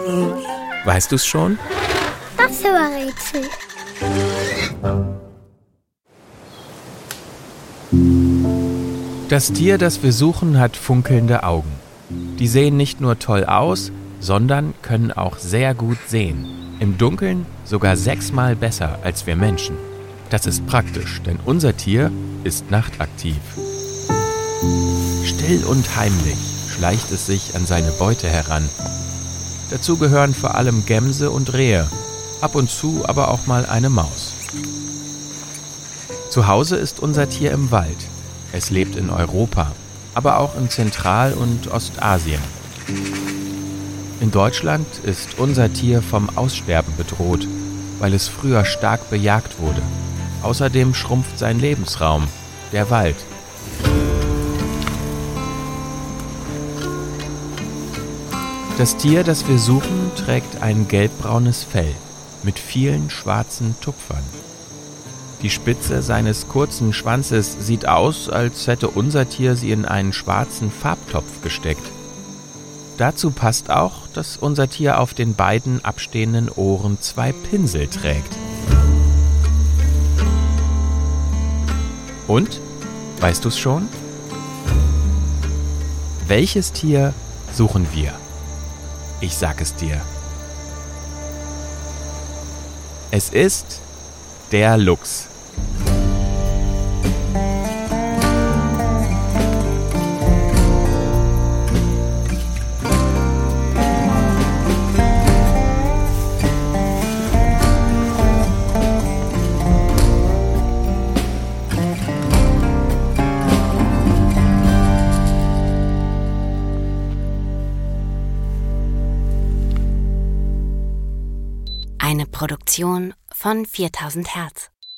Weißt du's schon? Das war Rätsel. Das Tier, das wir suchen, hat funkelnde Augen. Die sehen nicht nur toll aus, sondern können auch sehr gut sehen. Im Dunkeln sogar 6-mal besser als wir Menschen. Das ist praktisch, denn unser Tier ist nachtaktiv. Still und heimlich schleicht es sich an seine Beute heran. Dazu gehören vor allem Gämse und Rehe, ab und zu aber auch mal eine Maus. Zu Hause ist unser Tier im Wald. Es lebt in Europa, aber auch in Zentral- und Ostasien. In Deutschland ist unser Tier vom Aussterben bedroht, weil es früher stark bejagt wurde. Außerdem schrumpft sein Lebensraum, der Wald. Das Tier, das wir suchen, trägt ein gelbbraunes Fell mit vielen schwarzen Tupfern. Die Spitze seines kurzen Schwanzes sieht aus, als hätte unser Tier sie in einen schwarzen Farbtopf gesteckt. Dazu passt auch, dass unser Tier auf den beiden abstehenden Ohren 2 Pinsel trägt. Und? Weißt du's schon? Welches Tier suchen wir? Ich sag es dir. Es ist der Luchs. Eine Produktion von 4000 Hertz.